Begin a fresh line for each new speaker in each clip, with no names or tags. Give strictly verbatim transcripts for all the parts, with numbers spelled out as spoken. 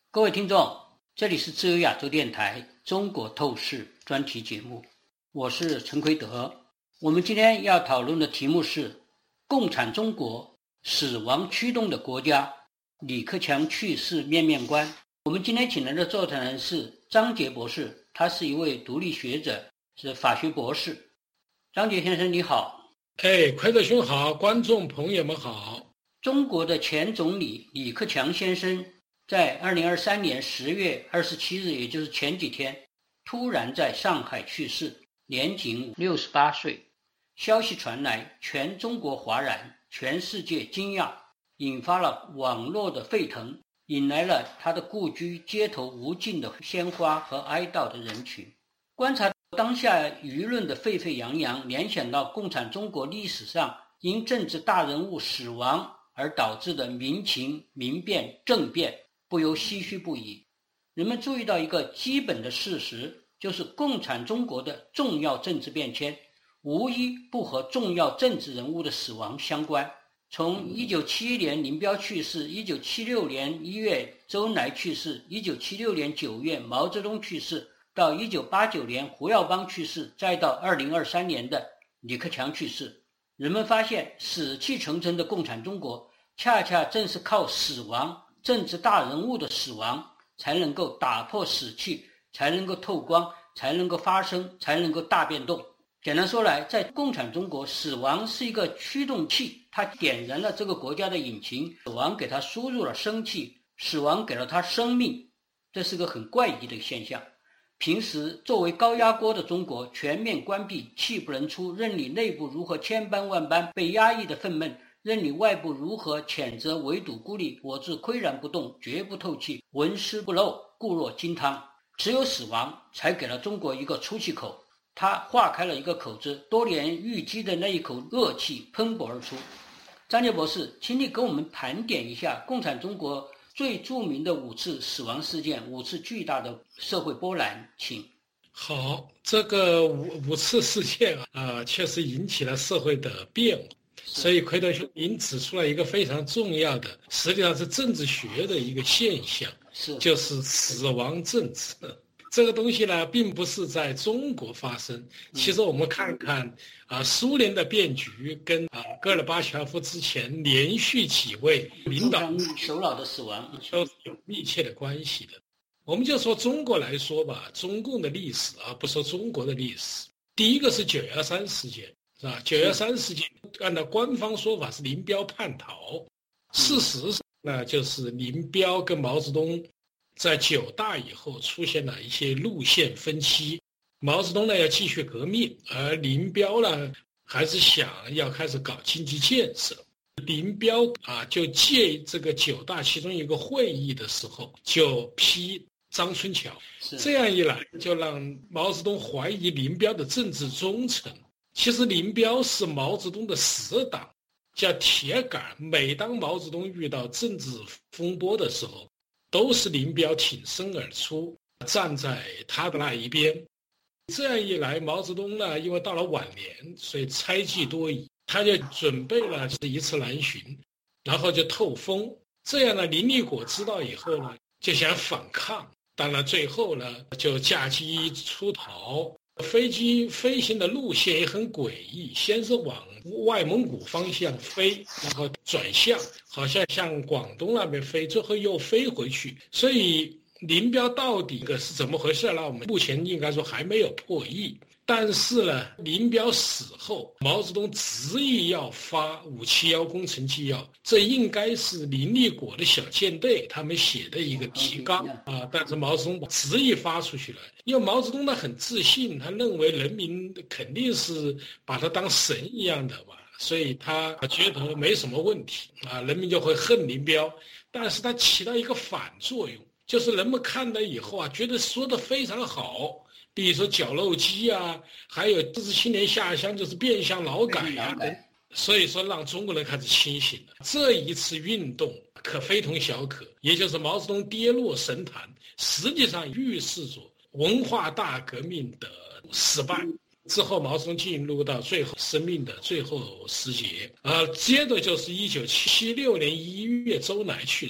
各位听众，这里是自由亚洲电台中国透视专题节目，我是陈奎德。我们今天要讨论的题目是共产中国死亡驱动的国家，李克强去世面面观。我们今天请来的座谈人是张杰博士，他是一位独立学者，是法学博士。张杰先生你好。
哎，奎德兄好，观众朋友们好。
中国的前总理李克强先生在二零二三年十月二十七日，也就是前几天，突然在上海去世，年仅六十八岁。消息传来，全中国哗然，全世界惊讶，引发了网络的沸腾，引来了他的故居街头无尽的鲜花和哀悼的人群。观察当下舆论的沸沸扬扬，联想到共产中国历史上因政治大人物死亡而导致的民情、民变、政变，不由唏嘘不已。人们注意到一个基本的事实，就是共产中国的重要政治变迁无一不和重要政治人物的死亡相关。从一九七一年林彪去世，一九七六年一月周恩来去世，一九七六年九月毛泽东去世，到一九八九年胡耀邦去世，再到二零二三年的李克强去世，人们发现死气沉沉的共产中国恰恰正是靠死亡，政治大人物的死亡，才能够打破死气，才能够透光，才能够发生，才能够大变动。简单说来，在共产中国，死亡是一个驱动器，它点燃了这个国家的引擎，死亡给它输入了生气，死亡给了它生命，这是个很怪异的现象。平时作为高压锅的中国全面关闭，气不能出，任你内部如何千般万般被压抑的愤懑，任你外部如何谴责围堵孤立，我自岿然不动，绝不透气，纹丝不漏，固若金汤。只有死亡才给了中国一个出气口，它化开了一个口子，多年郁积的那一口恶气喷薄而出。张杰博士，请你给我们盘点一下共产中国最著名的五次死亡事件，五次巨大的社会波澜，请。
好，这个五五次事件啊、呃，确实引起了社会的变化。所以奎德兄您指出了一个非常重要的，实际上是政治学的一个现象，
是
就是死亡政治。这个东西呢，并不是在中国发生。其实我们看看啊、呃，苏联的变局跟啊、呃、戈尔巴乔夫之前连续几位领导
首脑的死亡
都是有密切的关系的。我们就说中国来说吧，中共的历史啊，不说中国的历史。第一个是九幺三事件，是吧？九幺三事件按照官方说法是林彪叛逃，事实上呢，就是林彪跟毛泽东在九大以后出现了一些路线分歧，毛泽东呢要继续革命，而林彪呢还是想要开始搞经济建设。林彪啊，就借这个九大其中一个会议的时候，就批张春桥，这样一来就让毛泽东怀疑林彪的政治忠诚。其实林彪是毛泽东的死党，叫铁杆，每当毛泽东遇到政治风波的时候，都是林彪挺身而出，站在他的那一边。这样一来，毛泽东呢，因为到了晚年，所以猜忌多疑，他就准备了一次南巡，然后就透风。这样呢，林立果知道以后呢，就想反抗，当然最后呢，就驾机出逃。飞机飞行的路线也很诡异，先是往外蒙古方向飞，然后转向，好像向广东那边飞，最后又飞回去。所以林彪到底是怎么回事呢？我们目前应该说还没有破译。但是呢，林彪死后，毛泽东执意要发五七一工程纪要，这应该是林立果的小舰队他们写的一个提纲啊。但是毛泽东执意发出去了，因为毛泽东呢很自信，他认为人民肯定是把他当神一样的吧，所以他觉得没什么问题啊，人民就会恨林彪。但是他起到一个反作用，就是人们看了以后啊，觉得说的非常好。比如说绞肉机啊，还有支持青年下乡，就是变相劳改啊，所以说让中国人开始清醒了。这一次运动可非同小可，也就是毛泽东跌落神坛，实际上预示着文化大革命的失败。之后毛泽东进入到最后生命的最后时节，呃，接着就是一九七六年一月周恩来去世。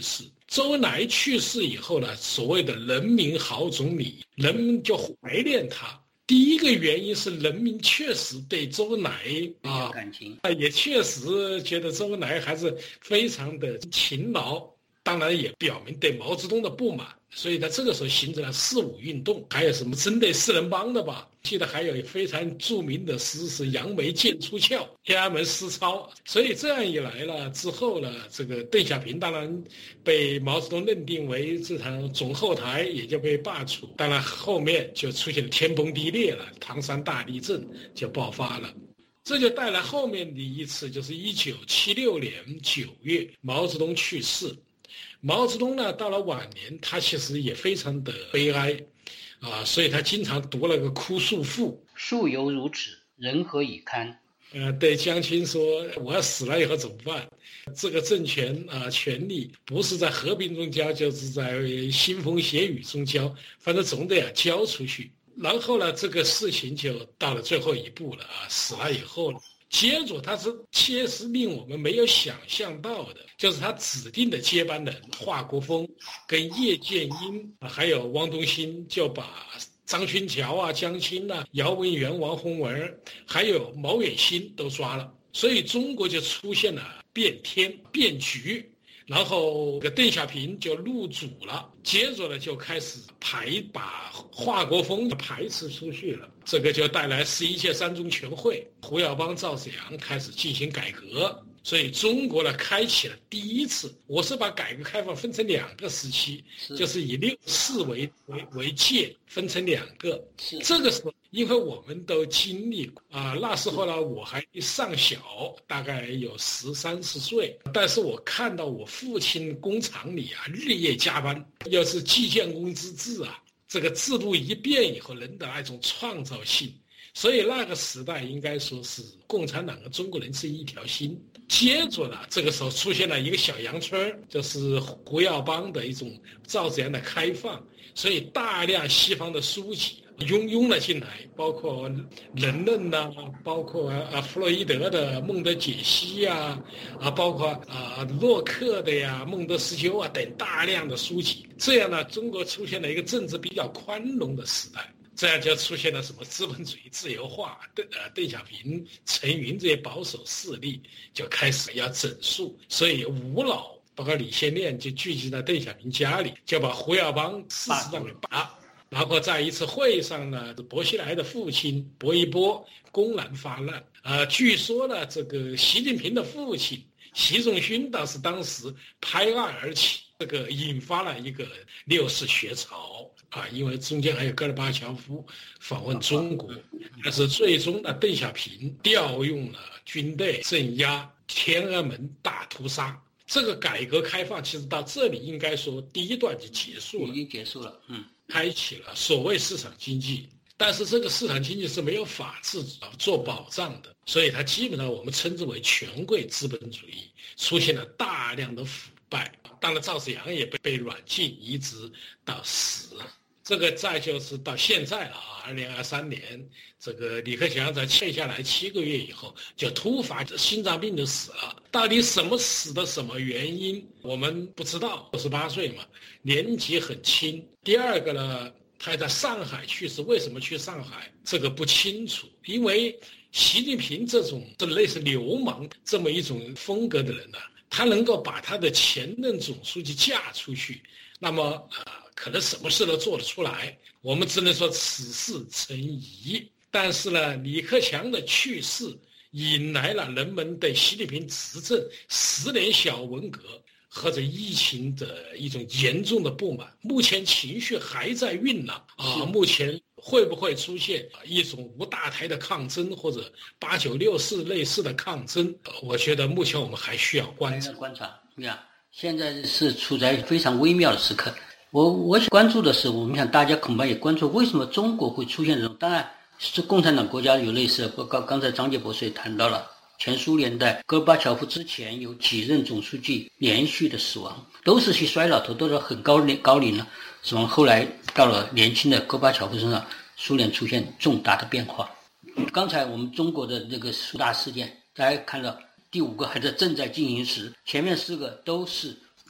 周恩来去世以后呢，所谓的人民好总理，人们就怀念他。第一个原因是人民确实对周恩来啊
有感情，
也确实觉得周恩来还是非常的勤劳，当然也表明对毛泽东的不满，所以在这个时候形成了四五运动，还有什么针对四人帮的吧？记得还有非常著名的诗是杨梅剑出鞘，天安门思超。所以这样一来了之后呢，这个邓小平当然被毛泽东认定为这场总后台，也就被罢黜。当然后面就出现了天崩地裂了，唐山大地震就爆发了。这就带来后面的一次，就是一九七六年九月，毛泽东去世。毛泽东呢，到了晚年，他其实也非常的悲哀，啊，所以他经常读了个哭诉赋：
树犹如此，人何以堪？
呃，对江青说，我要死了以后怎么办？这个政权啊、呃，权力不是在和平中交，就是在腥风血雨中交，反正总得要交出去。然后呢，这个事情就到了最后一步了啊，死了以后了。接着他是确实令我们没有想象到的，就是他指定的接班人华国锋跟叶剑英还有汪东兴就把张勋桥啊、江青啊、姚文元、王洪文还有毛远新都抓了，所以中国就出现了变天变局。然后邓小平就入主了，接着呢就开始排把华国锋排斥出去了，这个就带来十一届三中全会，胡耀邦、赵紫阳开始进行改革，所以中国呢开启了第一次，我是把改革开放分成两个时期，是就是以六四为为为界，分成两个。这个时候，因为我们都经历过啊、呃，那时候呢我还尚小，大概有十三四岁，但是我看到我父亲工厂里啊日夜加班，又是计件工资制啊，这个制度一变以后，人的那种创造性。所以那个时代应该说是共产党和中国人是一条心。接着呢，这个时候出现了一个小阳春，就是胡耀邦的一种赵紫阳的开放，所以大量西方的书籍涌涌了进来，包括人论呐、啊，包括啊弗洛伊德的《孟德解析》呀，啊，包括啊洛克的呀、孟德斯鸠啊等大量的书籍。这样呢，中国出现了一个政治比较宽容的时代。这样就出现了什么资本主义自由化，邓呃邓小平、陈云这些保守势力就开始要整肃，所以五老包括李先念就聚集在邓小平家里，就把胡耀邦事实上给拔。然后在一次会上呢，薄熙来的父亲薄一波公然发难，呃，据说呢，这个习近平的父亲习仲勋倒是当时拍案而起，这个引发了一个六四学潮。啊，因为中间还有戈尔巴乔夫访问中国，但是最终呢，邓小平调用了军队镇压天安门大屠杀。这个改革开放其实到这里应该说第一段就结束了，
已经结束了，嗯，
开启了所谓市场经济。但是这个市场经济是没有法治做保障的，所以它基本上我们称之为权贵资本主义，出现了大量的腐败。当然，赵紫阳也被被软禁，一直到死。这个再就是到现在了啊，二零二三年，这个李克强在欠下来七个月以后，就突发心脏病就死了。到底什么死的什么原因，我们不知道。二十八岁嘛，年纪很轻。第二个呢，他在上海去世，为什么去上海？这个不清楚，因为习近平这种这类似流氓这么一种风格的人呢、啊，他能够把他的前任总书记嫁出去，那么呃。可能什么事都做得出来，我们只能说此事成疑。但是呢，李克强的去世引来了人们对习近平执政十年小文革或者疫情的一种严重的不满。目前情绪还在酝酿啊，目前会不会出现一种无大台的抗争，或者八九六四类似的抗争？我觉得目前我们还需要观察。
观察，你看，现在是处在非常微妙的时刻。我我关注的是，我们想大家恐怕也关注，为什么中国会出现这种？当然，是共产党国家有类似的。刚刚才张杰博士也谈到了，前苏联在戈尔巴乔夫之前有几任总书记连续的死亡，都是些衰老头，都是很高龄高龄了死亡。后来到了年轻的戈尔巴乔夫身上，苏联出现重大的变化。刚才我们中国的这个十大事件，大家看到第五个还在正在进行时，前面四个都是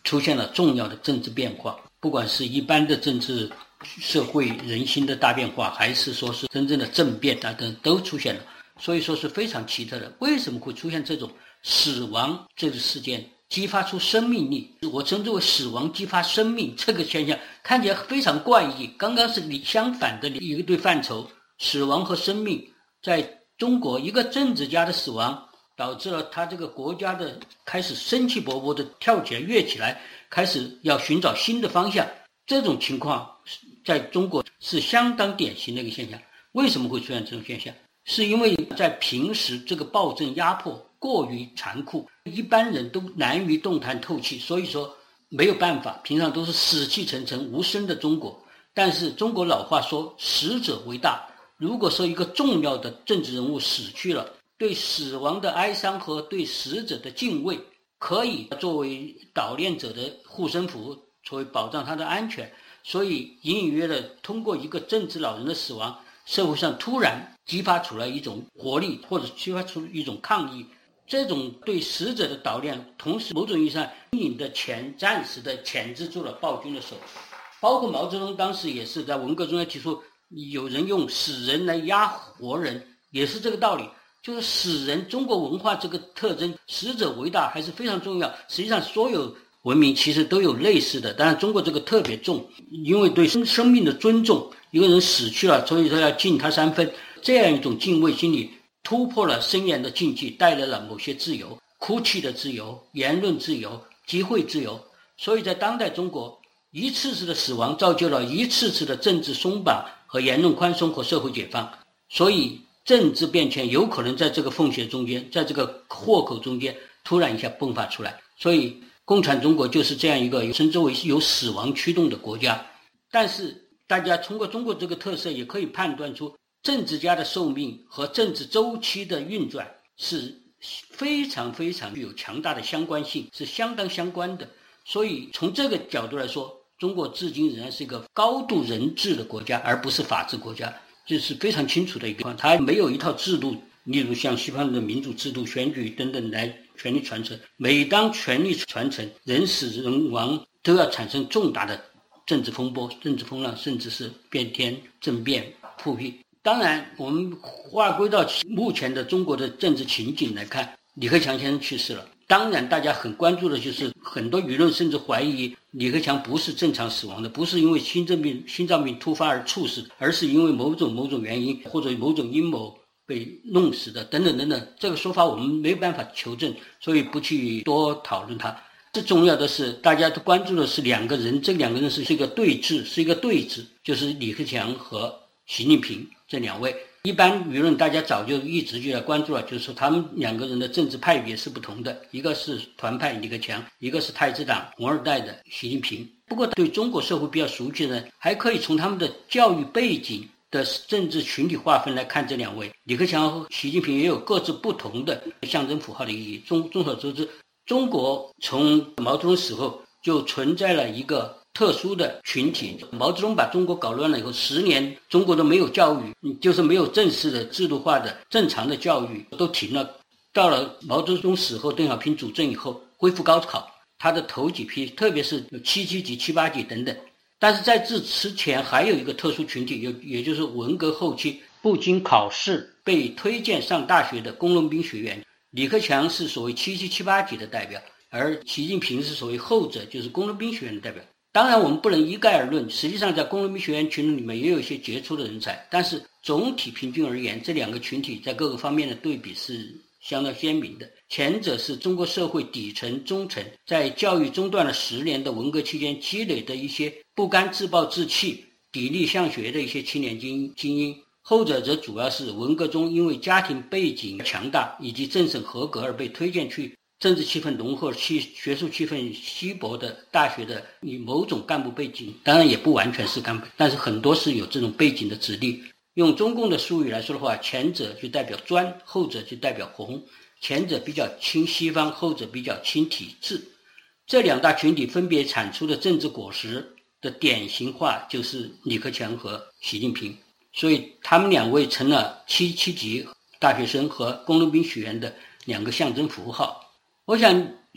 出现了重要的政治变化，不管是一般的政治社会人心的大变化，还是说是真正的政变啊等都出现了，所以说是非常奇特的。为什么会出现这种死亡这个事件激发出生命力，我称之为死亡激发生命这个现象，看起来非常怪异。刚刚是相反的一对范畴，死亡和生命，在中国一个政治家的死亡导致了他这个国家的开始生气勃勃的跳起来跃起来，开始要寻找新的方向，这种情况在中国是相当典型的一个现象。为什么会出现这种现象？是因为在平时这个暴政压迫过于残酷，一般人都难于动弹透气，所以说没有办法，平常都是死气沉沉无声的中国。但是中国老话说死者为大，如果说一个重要的政治人物死去了，对死亡的哀伤和对死者的敬畏可以作为悼念者的护身符，作为保障他的安全，所以隐隐约的通过一个政治老人的死亡，社会上突然激发出来一种活力，或者激发出一种抗议。这种对死者的悼念，同时某种意义上隐隐的潜暂时的钳制住了暴君的手。包括毛泽东当时也是在文革中要提出，有人用死人来压活人，也是这个道理。就是死人，中国文化这个特征，死者为大还是非常重要。实际上所有文明其实都有类似的，当然中国这个特别重，因为对生生命的尊重，一个人死去了，所以说要敬他三分，这样一种敬畏心理突破了森严的禁忌，带来了某些自由，哭泣的自由，言论自由，集会自由。所以在当代中国，一次次的死亡造就了一次次的政治松绑和言论宽松和社会解放。所以政治变迁有可能在这个缝隙中间，在这个豁口中间突然一下迸发出来。所以共产中国就是这样一个称之为有死亡驱动的国家。但是大家通过中国这个特色也可以判断出，政治家的寿命和政治周期的运转是非常非常具有强大的相关性，是相当相关的。所以从这个角度来说，中国至今仍然是一个高度人治的国家，而不是法治国家，这是非常清楚的一个。它没有一套制度，例如像西方的民主制度、选举等等来权力传承。每当权力传承，人死人亡，都要产生重大的政治风波、政治风浪，甚至是变天、政变、复辟。当然我们划归到目前的中国的政治情景来看，李克强先生去世了，当然大家很关注的就是很多舆论甚至怀疑李克强不是正常死亡的，不是因为心脏病心脏病突发而猝死，而是因为某种某种原因或者某种阴谋被弄死的等等等等。这个说法我们没有办法求证，所以不去多讨论它。最重要的是大家都关注的是两个人，这两个人是一个对峙，是一个对峙，就是李克强和习近平这两位。一般舆论大家早就一直就在关注了，就是说他们两个人的政治派别是不同的，一个是团派李克强，一个是太子党红二代的习近平。不过对中国社会比较熟悉的人，还可以从他们的教育背景的政治群体划分来看这两位。李克强和习近平也有各自不同的象征符号的意义。众众所周知，中国从毛泽东死后就存在了一个特殊的群体。毛泽东把中国搞乱了以后，十年中国都没有教育，就是没有正式的制度化的正常的教育都停了。到了毛泽东死后，邓小平主政以后，恢复高考，他的头几批特别是七七级七八级等等。但是在这之前还有一个特殊群体，也就是文革后期不经考试被推荐上大学的工农兵学员。李克强是所谓七七七八级的代表，而习近平是所谓后者，就是工农兵学院的代表。当然我们不能一概而论，实际上在工农兵学院群里面也有一些杰出的人才，但是总体平均而言，这两个群体在各个方面的对比是相当鲜明的。前者是中国社会底层中层在教育中断了十年的文革期间积累的一些不甘自暴自弃、砥砺向学的一些青年精精英，后者则主要是文革中因为家庭背景强大以及政审合格而被推荐去政治气氛浓厚、学术气氛稀薄的大学的某种干部背景，当然也不完全是干部，但是很多是有这种背景的子弟。用中共的术语来说的话，前者就代表专，后者就代表红，前者比较亲西方，后者比较亲体制。这两大群体分别产出的政治果实的典型化就是李克强和习近平，所以他们两位成了七七级大学生和工农兵学员的两个象征符号。我想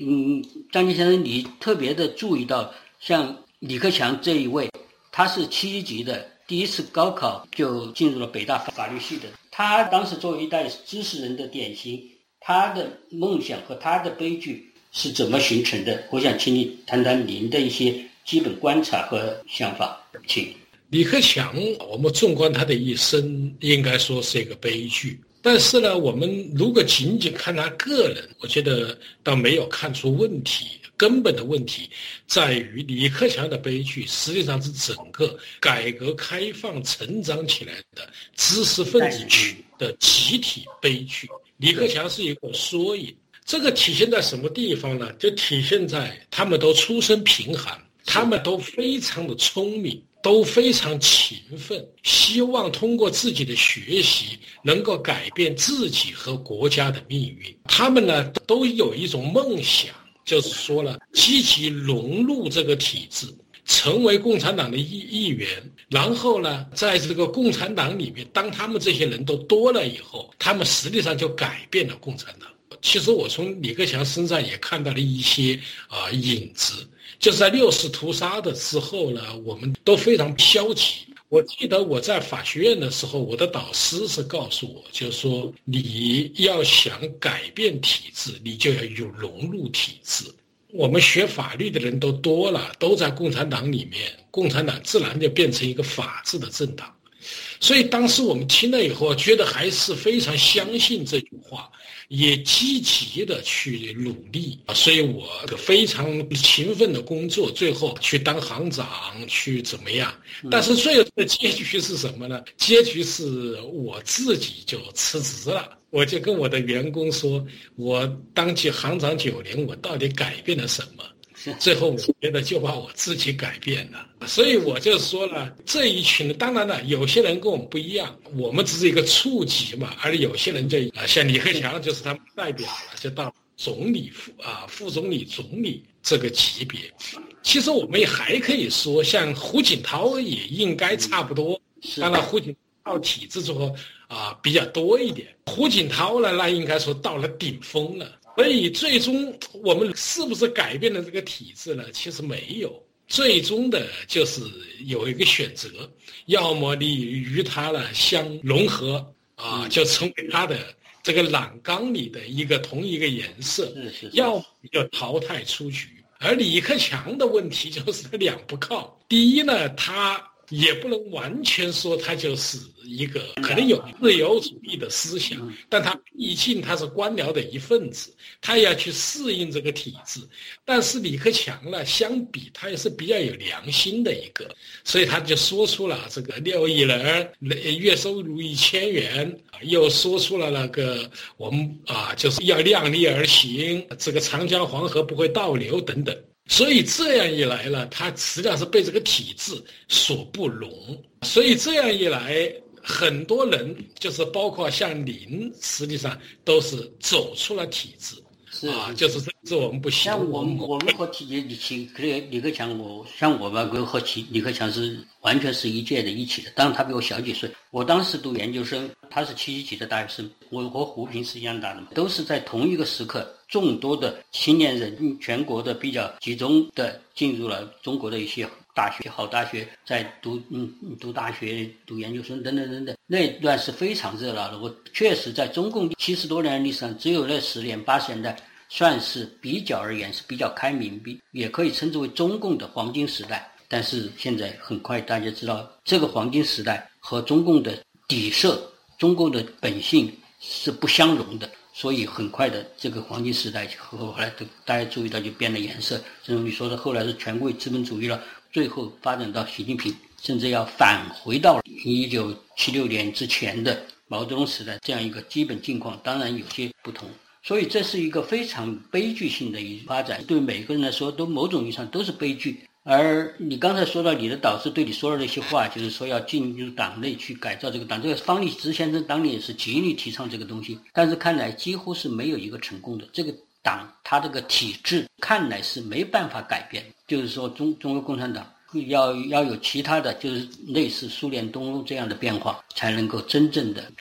嗯，张金先生，你特别的注意到，像李克强这一位，他是七级的，第一次高考就进入了北大法律系的。他当时作为一代知识人的典型，他的梦想和他的悲剧是怎么形成的？我想请你谈谈您的一些基本观察和想法，请。
李克强，我们纵观他的一生，应该说是一个悲剧。但是呢，我们如果仅仅看他个人，我觉得倒没有看出问题。根本的问题在于李克强的悲剧，实际上是整个改革开放成长起来的知识分子群的集体悲剧。李克强是一个缩影。这个体现在什么地方呢？就体现在他们都出身贫寒，他们都非常的聪明，都非常勤奋，希望通过自己的学习能够改变自己和国家的命运。他们呢都有一种梦想，就是说了积极融入这个体制，成为共产党的一一员，然后呢在这个共产党里面，当他们这些人都多了以后，他们实际上就改变了共产党。其实我从李克强身上也看到了一些啊、呃、影子，就是在六四屠杀的之后呢，我们都非常消极。我记得我在法学院的时候，我的导师是告诉我，就是说你要想改变体制，你就要有融入体制。我们学法律的人都多了，都在共产党里面，共产党自然就变成一个法治的政党。所以当时我们听了以后，觉得还是非常相信这句话，也积极的去努力。所以我非常勤奋的工作，最后去当行长，去怎么样。但是最后的结局是什么呢？结局是我自己就辞职了。我就跟我的员工说，我当起行长九年，我到底改变了什么？最后我觉得就把我自己改变了。所以我就说了，这一群人，当然了，有些人跟我们不一样，我们只是一个处级嘛，而有些人就啊，像李克强就是他们代表了，就到总理副啊副总理总理这个级别。其实我们也还可以说，像胡锦涛也应该差不多。当然胡锦涛体制之后啊比较多一点，胡锦涛呢，那应该说到了顶峰了。所以最终我们是不是改变了这个体制呢？其实没有，最终的就是有一个选择，要么你与它呢相融合啊，就成为它的这个栏杆里的一个同一个颜色，要么就淘汰出局。而李克强的问题就是他两不靠，第一呢，他也不能完全说他就是一个可能有自由主义的思想，但他毕竟他是官僚的一份子，他要去适应这个体制。但是李克强呢，相比他也是比较有良心的一个，所以他就说出了这个六亿人月收入一千元，又说出了那个我们啊就是要量力而行，这个长江黄河不会倒流等等。所以这样一来呢，他实际上是被这个体制所不容。所以这样一来，很多人就是包括像您，实际上都是走出了体制。是啊，就是这是我们不行。
像我们我们和体李奇李李克强，我像我吧，跟和体李克强是完全是一届的一起的。当然他比我小几岁，我当时读研究生，他是七级的大学生，我和胡平是一样大的嘛，都是在同一个时刻，众多的青年人，全国的比较集中的进入了中国的一些大学，好大学，在读嗯读大学、读研究生等等等等，那段是非常热闹的。我确实在中共七十多年的历史上，只有那十年八十年代算是比较而言是比较开明，比也可以称之为中共的黄金时代。但是现在很快大家知道，这个黄金时代和中共的底色、中共的本性是不相容的。所以很快的这个黄金时代后来大家注意到就变了颜色，正如你说的，后来是全会资本主义了，最后发展到习近平，甚至要返回到一九七六年之前的毛泽东时代这样一个基本境况，当然有些不同。所以这是一个非常悲剧性的一个发展，对每个人来说都某种意义上都是悲剧。而你刚才说到你的导师对你说的那些话，就是说要进入党内去改造这个党，这个方励之先生当年也是极力提倡这个东西，但是看来几乎是没有一个成功的。这个党它这个体制看来是没办法改变，就是说中中国共产党要要有其他的就是类似苏联东欧这样的变化才能够真正的改变。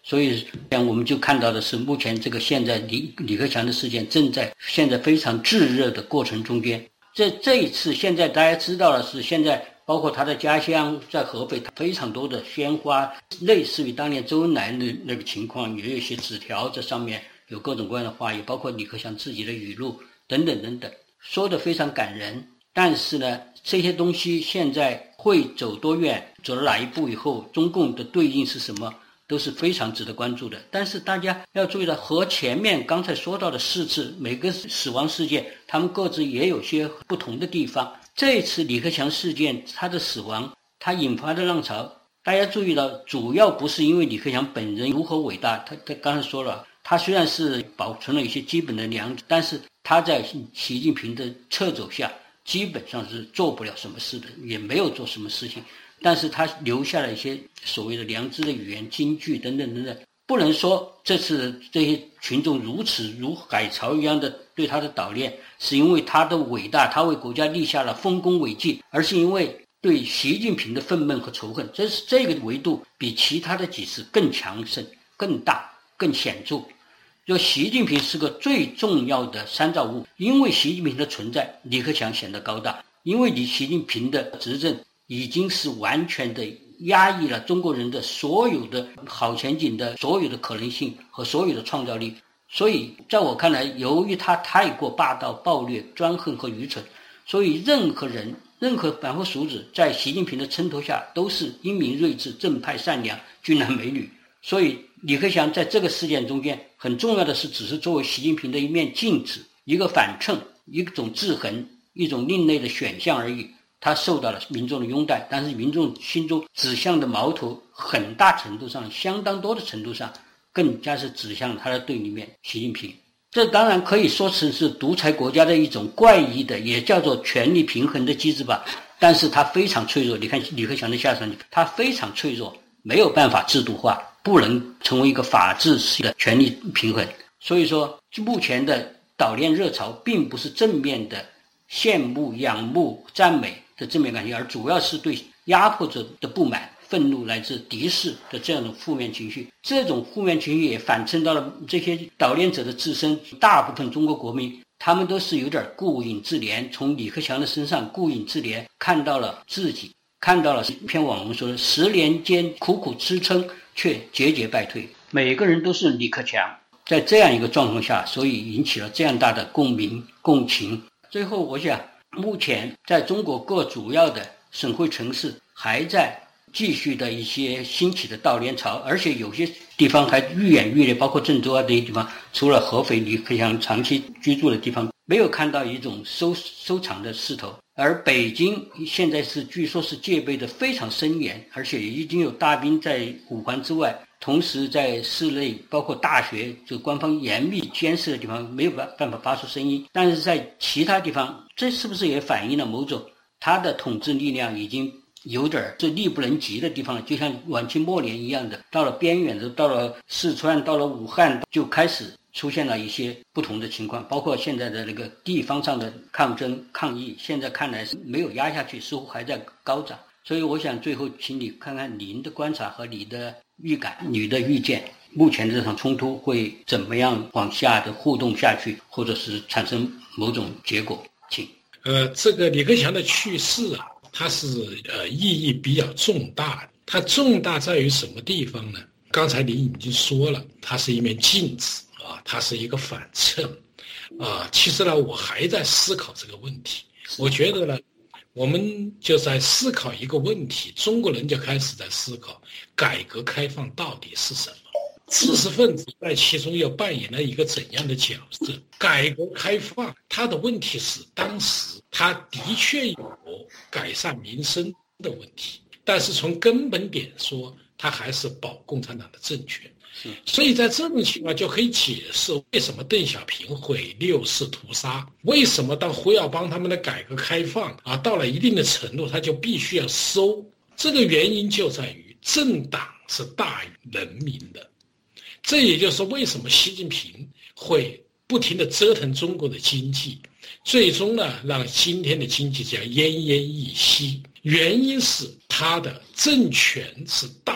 所以我们就看到的是，目前这个现在李李克强的事件正在现在非常炙热的过程中间。这这一次现在大家知道的是，现在包括他的家乡在合肥，非常多的鲜花，类似于当年周恩来的那个情况，也有一些纸条在上面有各种各样的花，也包括李克强自己的语录等等等等，说得非常感人。但是呢，这些东西现在会走多远，走到哪一步以后，中共的对应是什么，都是非常值得关注的。但是大家要注意到，和前面刚才说到的四次每个死亡事件，他们各自也有些不同的地方。这一次李克强事件，他的死亡，他引发的浪潮，大家注意到，主要不是因为李克强本人如何伟大，他他刚才说了，他虽然是保存了一些基本的良知，但是他在习近平的掣肘下，基本上是做不了什么事的，也没有做什么事情。但是他留下了一些所谓的良知的语言金句等等等等，不能说这次这些群众如此如海潮一样的对他的悼念是因为他的伟大，他为国家立下了丰功伟绩，而是因为对习近平的愤懑和仇恨。这是这个维度比其他的几次更强盛、更大、更显著。就习近平是个最重要的参照物，因为习近平的存在，李克强显得高大，因为你习近平的执政已经是完全的压抑了中国人的所有的好前景的所有的可能性和所有的创造力。所以在我看来，由于他太过霸道、暴虐、专横和愚蠢，所以任何人、任何凡夫俗子在习近平的衬托下都是英明睿智、正派善良、俊男美女。所以李克强在这个事件中间很重要的是，只是作为习近平的一面镜子、一个反衬、一种制衡、一种另类的选项而已。他受到了民众的拥戴，但是民众心中指向的矛头很大程度上、相当多的程度上更加是指向他的对立面习近平。这当然可以说成是独裁国家的一种怪异的，也叫做权力平衡的机制吧。但是它非常脆弱，你看李克强的下场，它非常脆弱，没有办法制度化，不能成为一个法治式的权力平衡。所以说目前的悼念热潮并不是正面的羡慕、仰慕、赞美的正面感情，而主要是对压迫者的不满、愤怒来自敌视的这样的负面情绪。这种负面情绪也反衬到了这些悼念者的自身，大部分中国国民他们都是有点顾影自怜，从李克强的身上顾影自怜，看到了自己，看到了一篇网文说的十年间苦苦支撑却节节败退，每个人都是李克强。在这样一个状况下，所以引起了这样大的共鸣共情。最后我想，目前在中国各主要的省会城市还在继续的一些兴起的悼念潮，而且有些地方还愈演愈烈，包括郑州啊这些地方，除了合肥李克强长期居住的地方，没有看到一种收收场的势头。而北京现在是据说是戒备的非常森严，而且已经有大兵在五环之外，同时在市内包括大学就官方严密监视的地方没有办法发出声音。但是在其他地方，这是不是也反映了某种他的统治力量已经有点这力不能及的地方了，就像晚清末年一样的，到了边远的，到了四川，到了武汉，就开始出现了一些不同的情况，包括现在的那个地方上的抗争抗议，现在看来是没有压下去，似乎还在高涨。所以我想最后请你看看您的观察和你的预感、你的预见，目前的这场冲突会怎么样往下的互动下去，或者是产生某种结果，请。
呃，这个李克强的去世啊，它是呃意义比较重大的。它重大在于什么地方呢？刚才您已经说了，它是一面镜子啊，它是一个反衬啊。其实呢，我还在思考这个问题。我觉得呢，我们就在思考一个问题，中国人就开始在思考改革开放到底是什么。知识分子在其中又扮演了一个怎样的角色？改革开放它的问题是，当时它的确有改善民生的问题，但是从根本点说，它还是保共产党的政权。所以在这种情况就可以解释为什么邓小平会六四屠杀，为什么当胡耀邦他们的改革开放啊到了一定的程度，他就必须要收。这个原因就在于政党是大于人民的。这也就是为什么习近平会不停地折腾中国的经济，最终呢让今天的经济这样奄奄一息。原因是他的政权是大于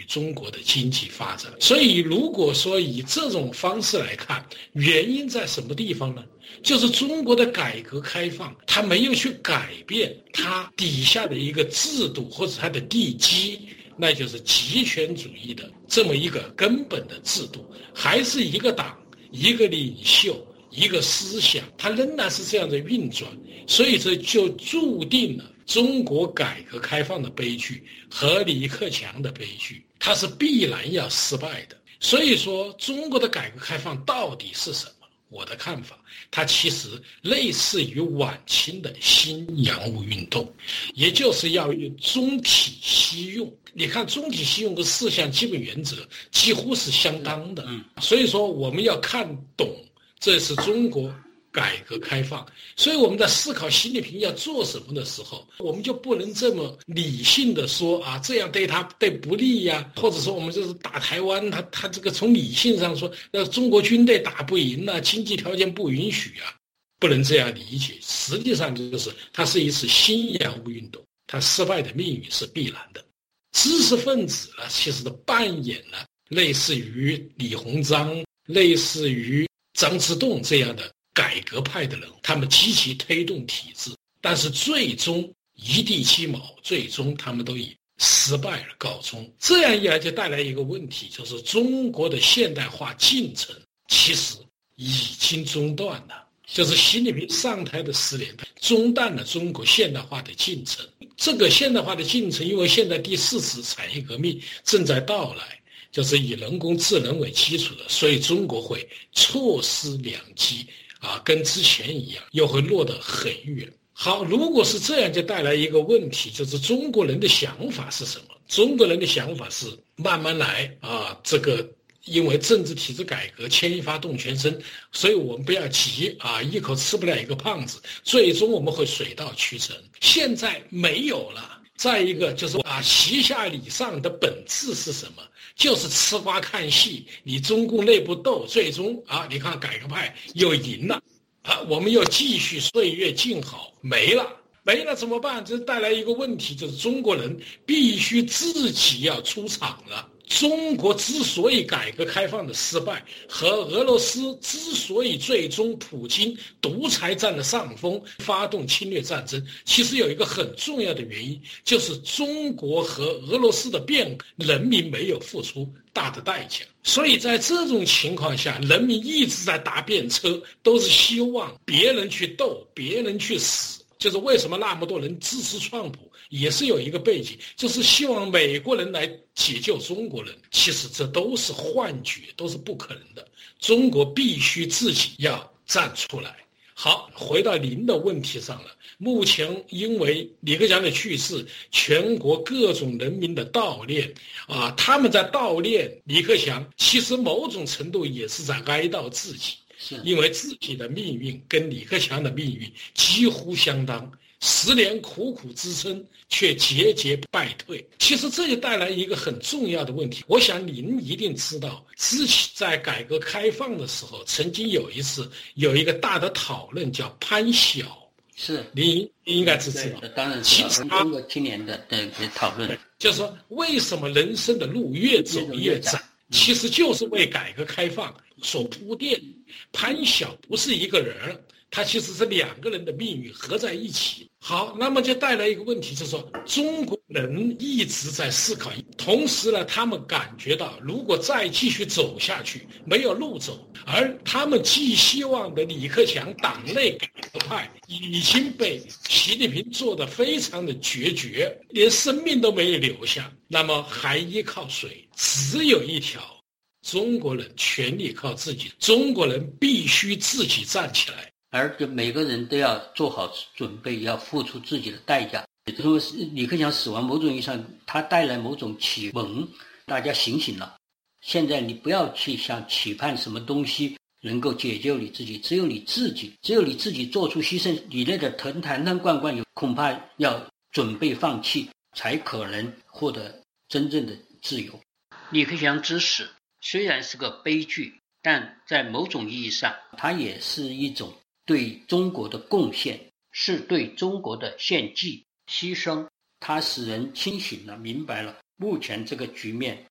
于中国的经济发展。所以如果说以这种方式来看，原因在什么地方呢？就是中国的改革开放，它没有去改变它底下的一个制度或者它的地基，那就是极权主义的这么一个根本的制度，还是一个党、一个领袖、一个思想，它仍然是这样的运转。所以这就注定了中国改革开放的悲剧和李克强的悲剧，它是必然要失败的。所以说，中国的改革开放到底是什么？我的看法，它其实类似于晚清的新洋务运动，也就是要用中体西用。你看中体西用的四项基本原则几乎是相当的，所以说我们要看懂这是中国改革开放。所以我们在思考习近平要做什么的时候，我们就不能这么理性的说啊，这样对他对不利呀、啊，或者说我们就是打台湾，他他这个从理性上说，那中国军队打不赢啊，经济条件不允许啊，不能这样理解。实际上就是它是一次新洋务运动，它失败的命运是必然的。知识分子呢，其实都扮演了类似于李鸿章、类似于张之洞这样的改革派的人，他们积极推动体制，但是最终一地鸡毛，最终他们都以失败而告终。这样一来就带来一个问题，就是中国的现代化进程其实已经中断了，就是习近平上台的十年中断了中国现代化的进程。这个现代化的进程，因为现在第四次产业革命正在到来，就是以人工智能为基础的，所以中国会错失良机啊，跟之前一样，又会落得很远。好，如果是这样，就带来一个问题，就是中国人的想法是什么？中国人的想法是慢慢来啊，这个因为政治体制改革牵一发动全身，所以我们不要急啊，一口吃不了一个胖子，最终我们会水到渠成。现在没有了。再一个就是啊，习下礼上的本质是什么？就是吃瓜看戏，你中共内部斗，最终啊，你看改革派又赢了，啊，我们又继续岁月静好，没了，没了怎么办？这带来一个问题，就是中国人必须自己要出场了。中国之所以改革开放的失败，和俄罗斯之所以最终普京独裁占了上风，发动侵略战争，其实有一个很重要的原因，就是中国和俄罗斯的变革，人民没有付出大的代价。所以在这种情况下，人民一直在搭便车，都是希望别人去斗，别人去死。就是为什么那么多人支持川普，也是有一个背景，就是希望美国人来解救中国人。其实这都是幻觉，都是不可能的。中国必须自己要站出来。好，回到您的问题上了。目前因为李克强的去世，全国各种人民的悼念啊，他们在悼念李克强，其实某种程度也是在哀悼自己。因为自己的命运跟李克强的命运几乎相当，十年苦苦支撑却节节败退。其实这就带来一个很重要的问题，我想您一定知道，之前在改革开放的时候，曾经有一次有一个大的讨论叫潘小，
是
您应该知道。
当然知道，中国青年的的讨论，
就是说为什么人生的路越走越窄，其实就是为改革开放所铺垫。潘小不是一个人，他其实是两个人的命运合在一起。好，那么就带来一个问题，就是说中国人一直在思考，同时呢，他们感觉到如果再继续走下去，没有路走，而他们寄希望的李克强党内改革派已经被习近平做得非常的决绝，连生命都没有留下，那么还依靠谁？只有一条，中国人全力靠自己，中国人必须自己站起来，
而且每个人都要做好准备，要付出自己的代价。也就是说，李克强死亡某种意义上他带来某种启蒙，大家醒醒了。现在你不要去想期盼什么东西能够解救你自己，只有你自己，只有你自己做出牺牲，你那个藤坛坛罐罐有恐怕要准备放弃，才可能获得真正的自由。李克强之死虽然是个悲剧，但在某种意义上，它也是一种对中国的贡献，是对中国的献祭、牺牲。它使人清醒了，明白了目前这个局面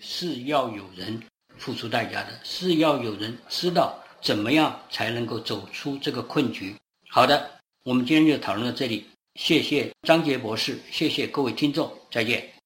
是要有人付出代价的，是要有人知道怎么样才能够走出这个困局。好的，我们今天就讨论到这里，谢谢张杰博士，谢谢各位听众，再见。